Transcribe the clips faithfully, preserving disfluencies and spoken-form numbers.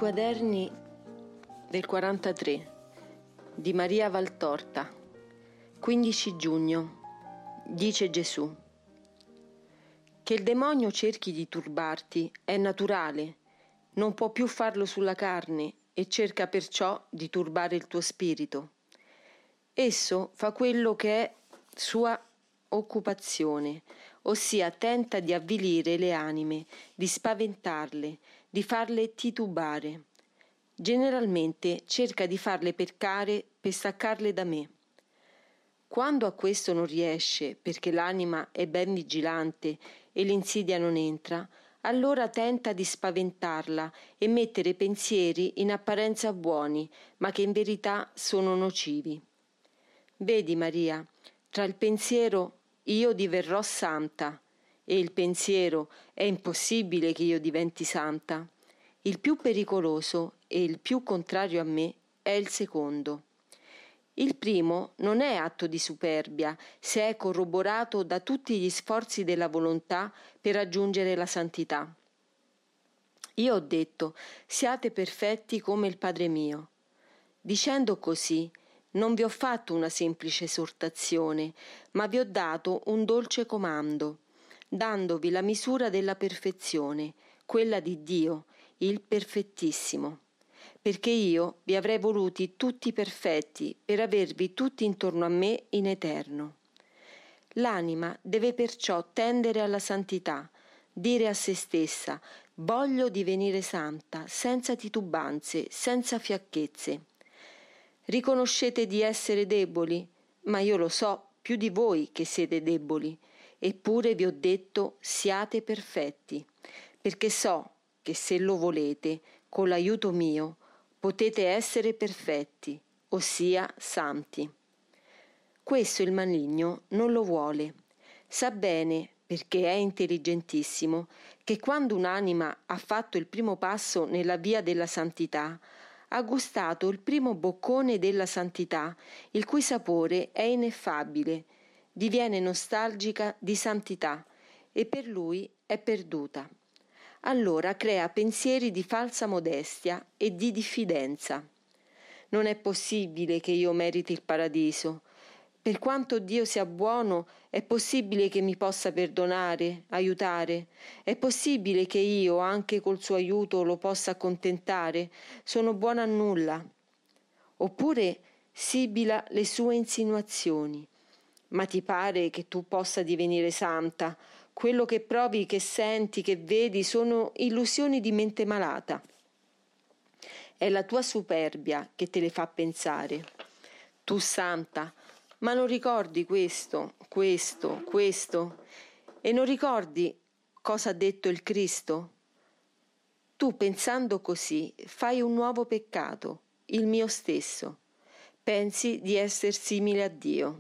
quaderni del quarantatré di Maria Valtorta. quindici giugno. Dice Gesù: che il demonio cerchi di turbarti è naturale, non può più farlo sulla carne e cerca perciò di turbare il tuo spirito. Esso fa quello che è sua occupazione, ossia tenta di avvilire le anime, di spaventarle, di farle titubare. Generalmente cerca di farle peccare per staccarle da me. Quando a questo non riesce, perché l'anima è ben vigilante e l'insidia non entra, allora tenta di spaventarla e mettere pensieri in apparenza buoni, ma che in verità sono nocivi. Vedi, Maria, tra il pensiero io diverrò santa e il pensiero è impossibile che io diventi santa, il più pericoloso e il più contrario a me è il secondo. Il primo non è atto di superbia se è corroborato da tutti gli sforzi della volontà per raggiungere la santità. Io ho detto: siate perfetti come il Padre mio. Dicendo così, non vi ho fatto una semplice esortazione, ma vi ho dato un dolce comando, dandovi la misura della perfezione, quella di Dio, il perfettissimo. Perché io vi avrei voluti tutti perfetti per avervi tutti intorno a me in eterno. L'anima deve perciò tendere alla santità, dire a se stessa: voglio divenire santa, senza titubanze, senza fiacchezze. Riconoscete di essere deboli, ma io lo so più di voi che siete deboli, eppure vi ho detto: siate perfetti, perché so che se lo volete, con l'aiuto mio, potete essere perfetti, ossia santi. Questo il maligno non lo vuole. Sa bene, perché è intelligentissimo, che quando un'anima ha fatto il primo passo nella via della santità, ha gustato il primo boccone della santità, il cui sapore è ineffabile, diviene nostalgica di santità e per lui è perduta. Allora crea pensieri di falsa modestia e di diffidenza. Non è possibile che io meriti il paradiso. Per quanto Dio sia buono, è possibile che mi possa perdonare, aiutare? È possibile che io, anche col suo aiuto, lo possa accontentare? Sono buona a nulla. Oppure sibila le sue insinuazioni. Ma ti pare che tu possa divenire santa? Quello che provi, che senti, che vedi sono illusioni di mente malata. È la tua superbia che te le fa pensare. Tu santa, ma non ricordi questo, questo, questo? E non ricordi cosa ha detto il Cristo? Tu, pensando così, fai un nuovo peccato, il mio stesso. Pensi di essere simile a Dio.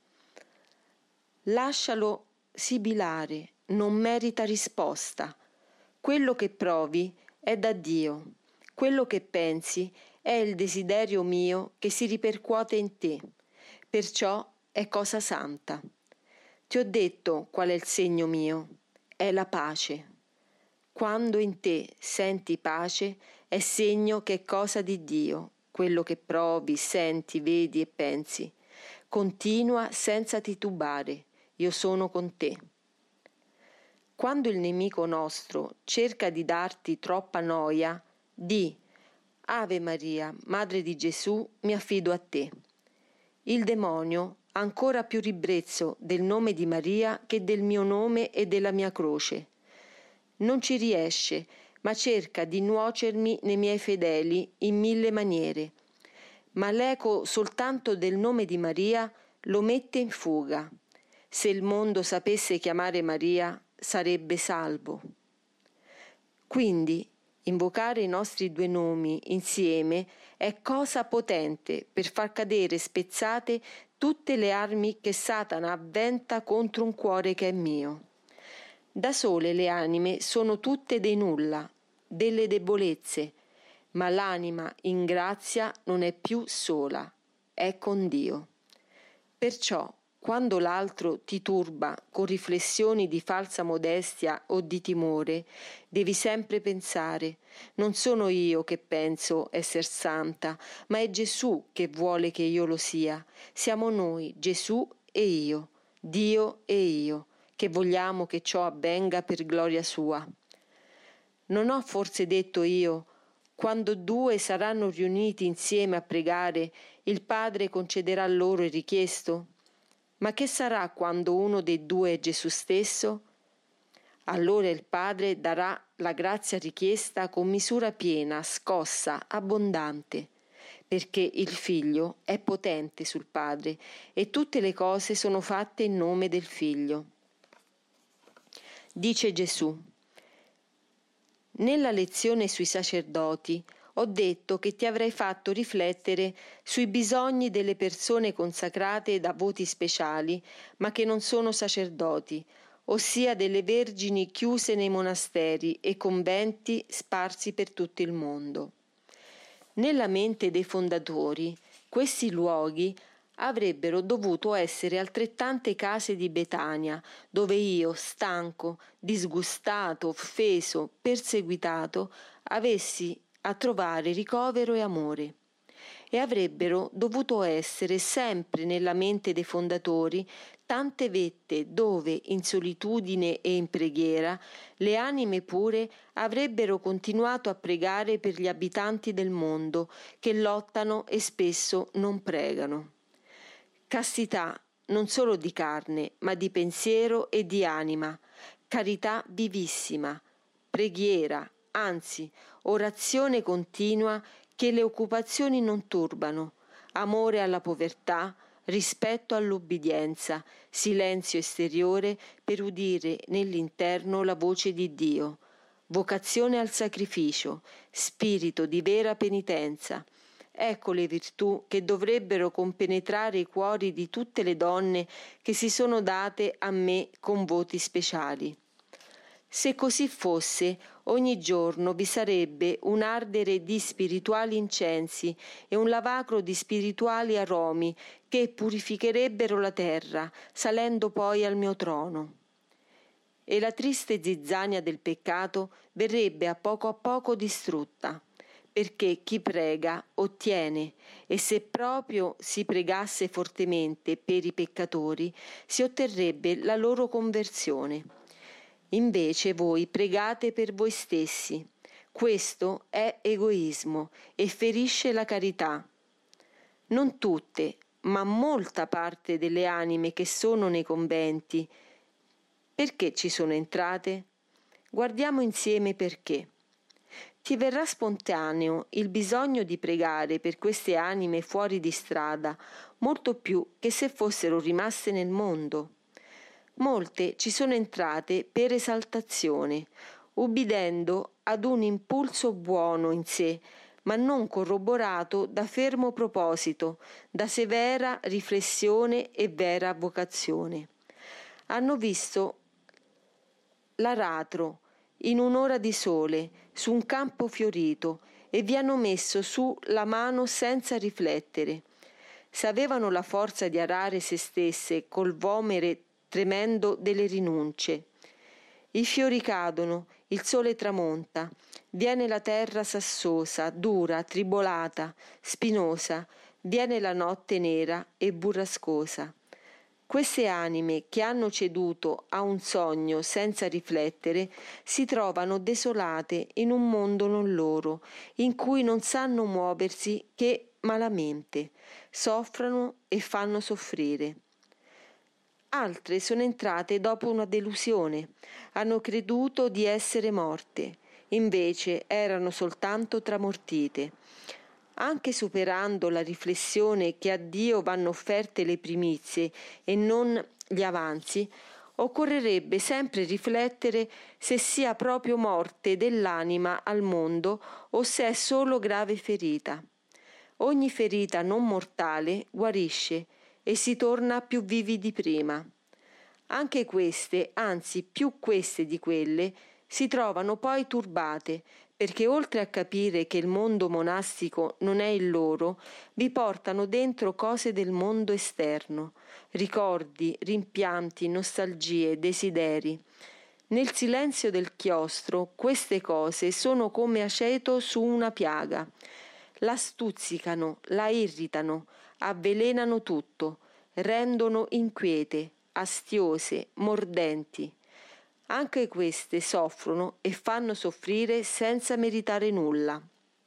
Lascialo sibilare, non merita risposta. Quello che provi è da Dio. Quello che pensi è il desiderio mio che si ripercuote in te. Perciò è cosa santa. Ti ho detto qual è il segno mio. È la pace. Quando in te senti pace, è segno che è cosa di Dio, quello che provi, senti, vedi e pensi. Continua senza titubare. Io sono con te. Quando il nemico nostro cerca di darti troppa noia, di: Ave Maria, Madre di Gesù, mi affido a te. Il demonio ha ancora più ribrezzo del nome di Maria che del mio nome e della mia croce. Non ci riesce, ma cerca di nuocermi nei miei fedeli in mille maniere. Ma l'eco soltanto del nome di Maria lo mette in fuga. Se il mondo sapesse chiamare Maria, sarebbe salvo. Quindi, invocare i nostri due nomi insieme è cosa potente per far cadere spezzate tutte le armi che Satana avventa contro un cuore che è mio. Da sole le anime sono tutte dei nulla, delle debolezze, ma l'anima in grazia non è più sola, è con Dio. Perciò, quando l'altro ti turba con riflessioni di falsa modestia o di timore, devi sempre pensare: non sono io che penso esser santa, ma è Gesù che vuole che io lo sia. Siamo noi, Gesù e io, Dio e io, che vogliamo che ciò avvenga per gloria sua. Non ho forse detto io: quando due saranno riuniti insieme a pregare, il Padre concederà loro il richiesto? Ma che sarà quando uno dei due è Gesù stesso? Allora il Padre darà la grazia richiesta con misura piena, scossa, abbondante, perché il Figlio è potente sul Padre e tutte le cose sono fatte in nome del Figlio. Dice Gesù: nella lezione sui sacerdoti ho detto che ti avrei fatto riflettere sui bisogni delle persone consacrate da voti speciali, ma che non sono sacerdoti, ossia delle vergini chiuse nei monasteri e conventi sparsi per tutto il mondo. Nella mente dei fondatori, questi luoghi avrebbero dovuto essere altrettante case di Betania, dove io, stanco, disgustato, offeso, perseguitato, avessi a trovare ricovero e amore. E avrebbero dovuto essere sempre nella mente dei fondatori tante vette dove, in solitudine e in preghiera, le anime pure avrebbero continuato a pregare per gli abitanti del mondo che lottano e spesso non pregano. Castità non solo di carne, ma di pensiero e di anima, carità vivissima, preghiera, anzi, orazione continua che le occupazioni non turbano, amore alla povertà, rispetto all'obbedienza, silenzio esteriore per udire nell'interno la voce di Dio, vocazione al sacrificio, spirito di vera penitenza. Ecco le virtù che dovrebbero compenetrare i cuori di tutte le donne che si sono date a me con voti speciali. Se così fosse, ogni giorno vi sarebbe un ardere di spirituali incensi e un lavacro di spirituali aromi che purificherebbero la terra, salendo poi al mio trono. E la triste zizzania del peccato verrebbe a poco a poco distrutta, perché chi prega ottiene, e se proprio si pregasse fortemente per i peccatori, si otterrebbe la loro conversione. Invece voi pregate per voi stessi. Questo è egoismo e ferisce la carità. Non tutte, ma molta parte delle anime che sono nei conventi, perché ci sono entrate? Guardiamo insieme perché. Ti verrà spontaneo il bisogno di pregare per queste anime fuori di strada, molto più che se fossero rimaste nel mondo. Molte ci sono entrate per esaltazione, ubbidendo ad un impulso buono in sé, ma non corroborato da fermo proposito, da severa riflessione e vera vocazione. Hanno visto l'aratro in un'ora di sole, su un campo fiorito, e vi hanno messo su la mano senza riflettere. Se avevano la forza di arare se stesse col vomere tremendo delle rinunce. I fiori cadono, il sole tramonta, viene la terra sassosa, dura, tribolata, spinosa, viene la notte nera e burrascosa. Queste anime che hanno ceduto a un sogno senza riflettere si trovano desolate in un mondo non loro, in cui non sanno muoversi che malamente, soffrono e fanno soffrire. Altre sono entrate dopo una delusione, hanno creduto di essere morte, invece erano soltanto tramortite. Anche superando la riflessione che a Dio vanno offerte le primizie e non gli avanzi, occorrerebbe sempre riflettere se sia proprio morte dell'anima al mondo o se è solo grave ferita. Ogni ferita non mortale guarisce e si torna più vivi di prima. Anche queste, anzi più queste di quelle, si trovano poi turbate, perché oltre a capire che il mondo monastico non è il loro, vi portano dentro cose del mondo esterno, ricordi, rimpianti, nostalgie, desideri. Nel silenzio del chiostro queste cose sono come aceto su una piaga. La stuzzicano, la irritano, avvelenano tutto, rendono inquiete, astiose, mordenti. Anche queste soffrono e fanno soffrire senza meritare nulla.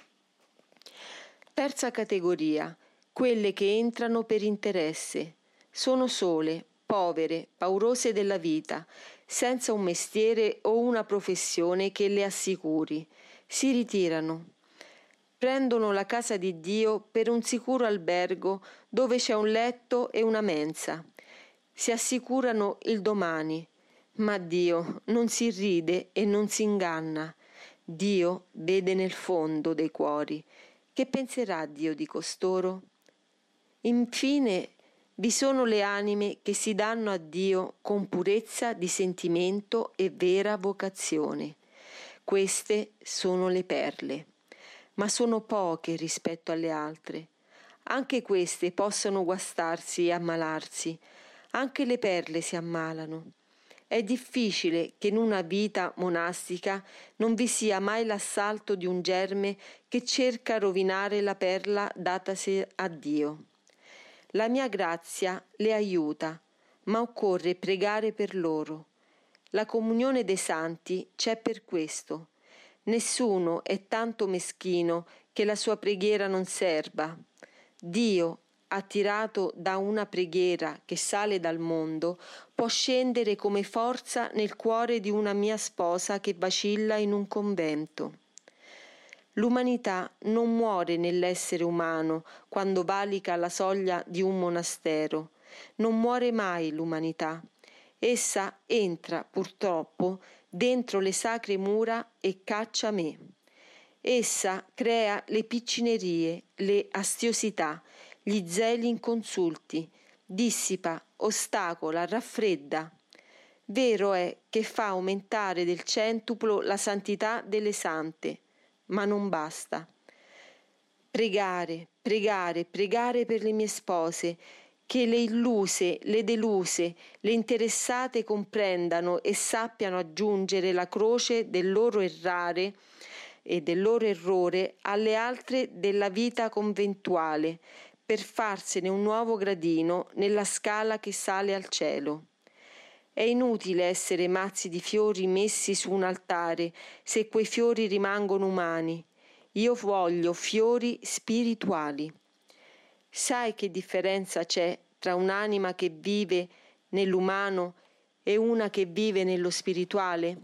Terza categoria, quelle che entrano per interesse. Sono sole, povere, paurose della vita, senza un mestiere o una professione che le assicuri. Si ritirano. Prendono la casa di Dio per un sicuro albergo dove c'è un letto e una mensa. Si assicurano il domani. Ma Dio non si ride e non si inganna. Dio vede nel fondo dei cuori. Che penserà Dio di costoro? Infine, vi sono le anime che si danno a Dio con purezza di sentimento e vera vocazione. Queste sono le perle, ma sono poche rispetto alle altre. Anche queste possono guastarsi e ammalarsi. Anche le perle si ammalano. È difficile che in una vita monastica non vi sia mai l'assalto di un germe che cerca rovinare la perla datasi a Dio. La mia grazia le aiuta, ma occorre pregare per loro. La comunione dei santi c'è per questo. Nessuno è tanto meschino che la sua preghiera non serva. Dio, attirato da una preghiera che sale dal mondo, può scendere come forza nel cuore di una mia sposa che vacilla in un convento. L'umanità non muore nell'essere umano quando valica la soglia di un monastero. Non muore mai l'umanità. Essa entra, purtroppo, dentro le sacre mura e caccia me. Essa crea le piccinerie, le astiosità, gli zeli inconsulti, dissipa, ostacola, raffredda. Vero è che fa aumentare del centuplo la santità delle sante, ma non basta. Pregare, pregare, pregare per le mie spose, che le illuse, le deluse, le interessate comprendano e sappiano aggiungere la croce del loro errare e del loro errore alle altre della vita conventuale, per farsene un nuovo gradino nella scala che sale al cielo. È inutile essere mazzi di fiori messi su un altare se quei fiori rimangono umani. Io voglio fiori spirituali. Sai che differenza c'è tra un'anima che vive nell'umano e una che vive nello spirituale?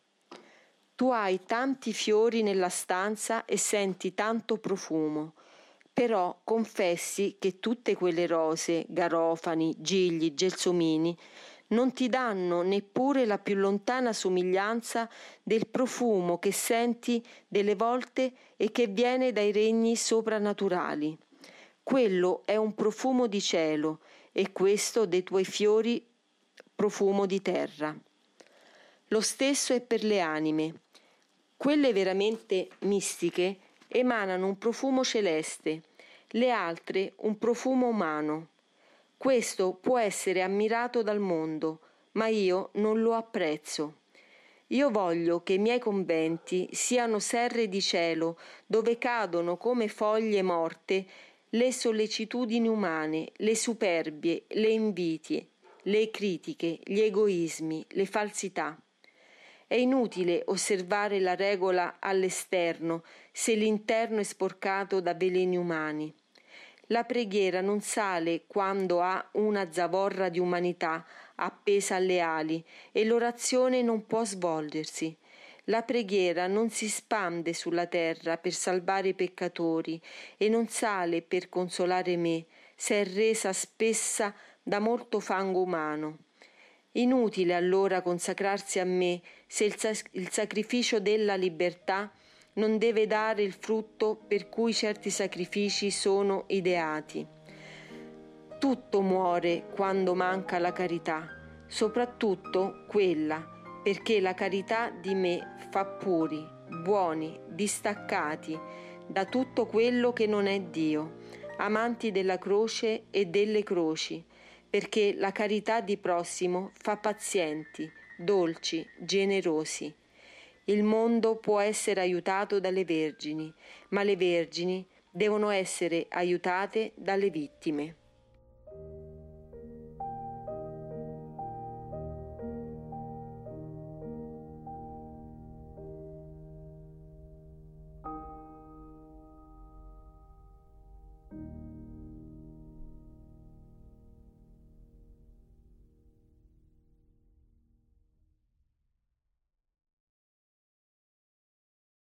Tu hai tanti fiori nella stanza e senti tanto profumo. Però confessi che tutte quelle rose, garofani, gigli, gelsomini non ti danno neppure la più lontana somiglianza del profumo che senti delle volte e che viene dai regni soprannaturali. Quello è un profumo di cielo e questo dei tuoi fiori profumo di terra. Lo stesso è per le anime. Quelle veramente mistiche emanano un profumo celeste, le altre un profumo umano. Questo può essere ammirato dal mondo, ma io non lo apprezzo. Io voglio che i miei conventi siano serre di cielo dove cadono come foglie morte le sollecitudini umane, le superbie, le invidie, le critiche, gli egoismi, le falsità. È inutile osservare la regola all'esterno se l'interno è sporcato da veleni umani. La preghiera non sale quando ha una zavorra di umanità appesa alle ali e l'orazione non può svolgersi. La preghiera non si spande sulla terra per salvare i peccatori e non sale per consolare me, se è resa spessa da molto fango umano. Inutile allora consacrarsi a me se il, sac- il sacrificio della libertà non deve dare il frutto per cui certi sacrifici sono ideati. Tutto muore quando manca la carità, soprattutto quella, perché la carità di me fa puri, buoni, distaccati da tutto quello che non è Dio, amanti della croce e delle croci, perché la carità di prossimo fa pazienti, dolci, generosi. Il mondo può essere aiutato dalle vergini, ma le vergini devono essere aiutate dalle vittime.